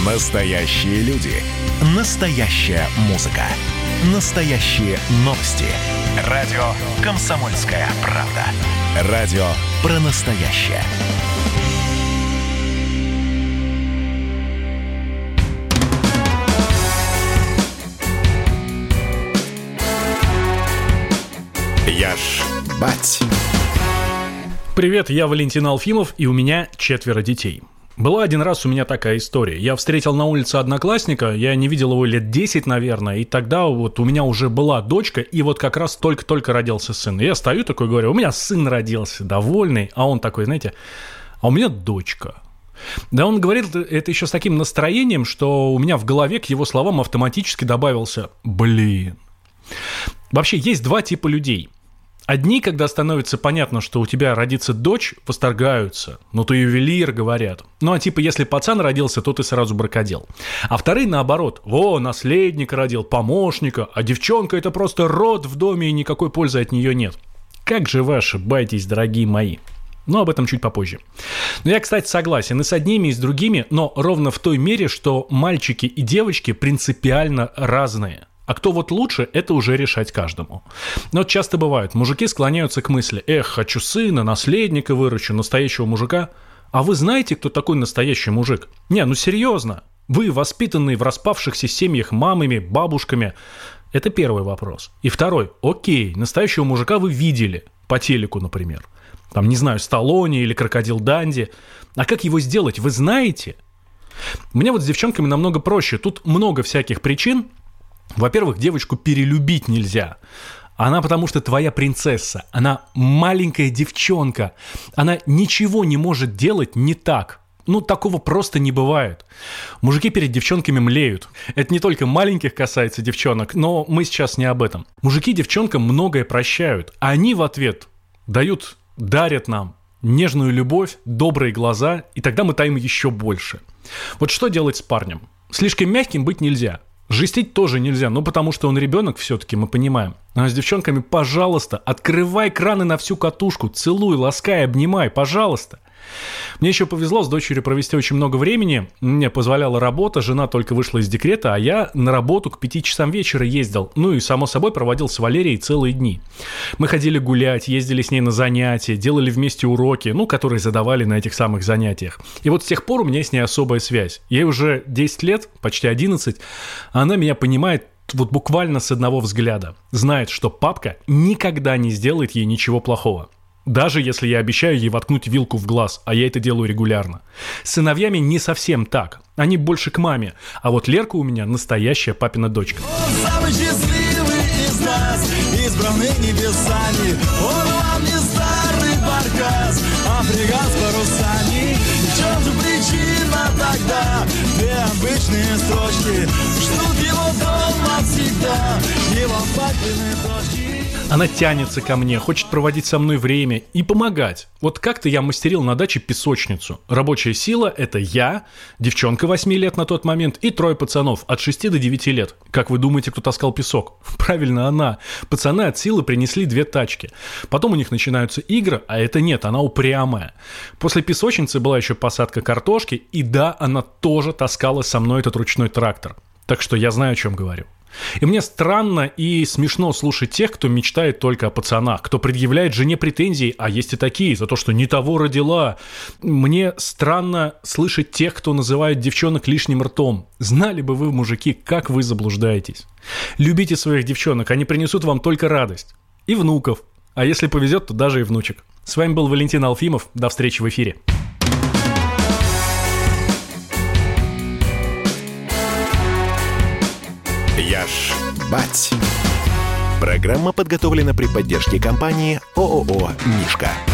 Настоящие люди. Настоящая музыка. Настоящие новости. Радио «Комсомольская правда». Радио про настоящее. Я ж бать. Привет, я Валентин Алфимов, и у меня 4 детей. Была один раз у меня такая история. Я встретил на улице одноклассника, я не видел его лет 10, наверное, и тогда вот у меня уже была дочка, и вот как раз только-только родился сын. И я стою такой, говорю, у меня сын родился, довольный, а он такой, знаете, а у меня дочка. Да, он говорит это еще с таким настроением, что у меня в голове к его словам автоматически добавился «блин». Вообще, есть 2 типа людей. Одни, когда становится понятно, что у тебя родится дочь, восторгаются. Ну, ты ювелир, говорят. Ну, а типа, если пацан родился, то ты сразу бракодел. А вторые, наоборот. Во, наследник родил, помощника. А девчонка – это просто род в доме, и никакой пользы от нее нет. Как же вы ошибаетесь, дорогие мои. Но об этом чуть попозже. Но я, кстати, согласен и с одними, и с другими, но ровно в той мере, что мальчики и девочки принципиально разные. А кто вот лучше, это уже решать каждому. Но вот часто бывает, мужики склоняются к мысли: хочу сына, наследника выращу, настоящего мужика. А вы знаете, кто такой настоящий мужик? Не, ну серьезно. Вы, воспитанные в распавшихся семьях мамами, бабушками. Это первый вопрос. И второй. Окей, настоящего мужика вы видели. По телеку, например. Там, не знаю, Сталлоне или Крокодил Данди. А как его сделать, вы знаете? Мне вот с девчонками намного проще. Тут много всяких причин. Во-первых, девочку перелюбить нельзя. Она потому что твоя принцесса. Она маленькая девчонка. Она ничего не может делать не так. Ну, такого просто не бывает. Мужики перед девчонками млеют. Это не только маленьких касается девчонок, но мы сейчас не об этом. Мужики девчонкам многое прощают. А они в ответ дарят нам нежную любовь, добрые глаза, и тогда мы таим еще больше. Вот что делать с парнем? Слишком мягким быть нельзя. Жестить тоже нельзя, потому что он ребенок все-таки, мы понимаем. А с девчонками, пожалуйста, открывай краны на всю катушку, целуй, ласкай, обнимай, пожалуйста. Мне еще повезло с дочерью провести очень много времени. Мне позволяла работа, жена только вышла из декрета, а я на работу к 5 часам вечера ездил. Ну и, само собой, проводил с Валерией целые дни. Мы ходили гулять, ездили с ней на занятия, делали вместе уроки, которые задавали на этих самых занятиях. И вот с тех пор у меня с ней особая связь. Ей уже 10 лет, почти 11, а она меня понимает вот буквально с одного взгляда. Знает, что папка никогда не сделает ей ничего плохого. Даже если я обещаю ей воткнуть вилку в глаз, а я это делаю регулярно. С сыновьями не совсем так. Они больше к маме. А вот Лерка у меня настоящая папина дочка. Он самый счастливый из нас, избранный небесами. Он вам не старый баркас, а фрегат с парусами. В чем же причина тогда? 2 обычные строчки ждут его дома всегда. Его папины дочки. Она тянется ко мне, хочет проводить со мной время и помогать. Вот как-то я мастерил на даче песочницу. Рабочая сила – это я, девчонка 8 лет на тот момент и 3 пацанов от 6 до 9 лет. Как вы думаете, кто таскал песок? Правильно, она. Пацаны от силы принесли 2 тачки. Потом у них начинаются игры, а это нет, она упрямая. После песочницы была еще посадка картошки, и да, она тоже таскала со мной этот ручной трактор. Так что я знаю, о чем говорю. И мне странно и смешно слушать тех, кто мечтает только о пацанах, кто предъявляет жене претензии, а есть и такие, за то, что не того родила. Мне странно слышать тех, кто называет девчонок лишним ртом. Знали бы вы, мужики, как вы заблуждаетесь. Любите своих девчонок, они принесут вам только радость. И внуков. А если повезет, то даже и внучек. С вами был Валентин Алфимов. До встречи в эфире. Я ж бать. Программа подготовлена при поддержке компании ООО «Мишка».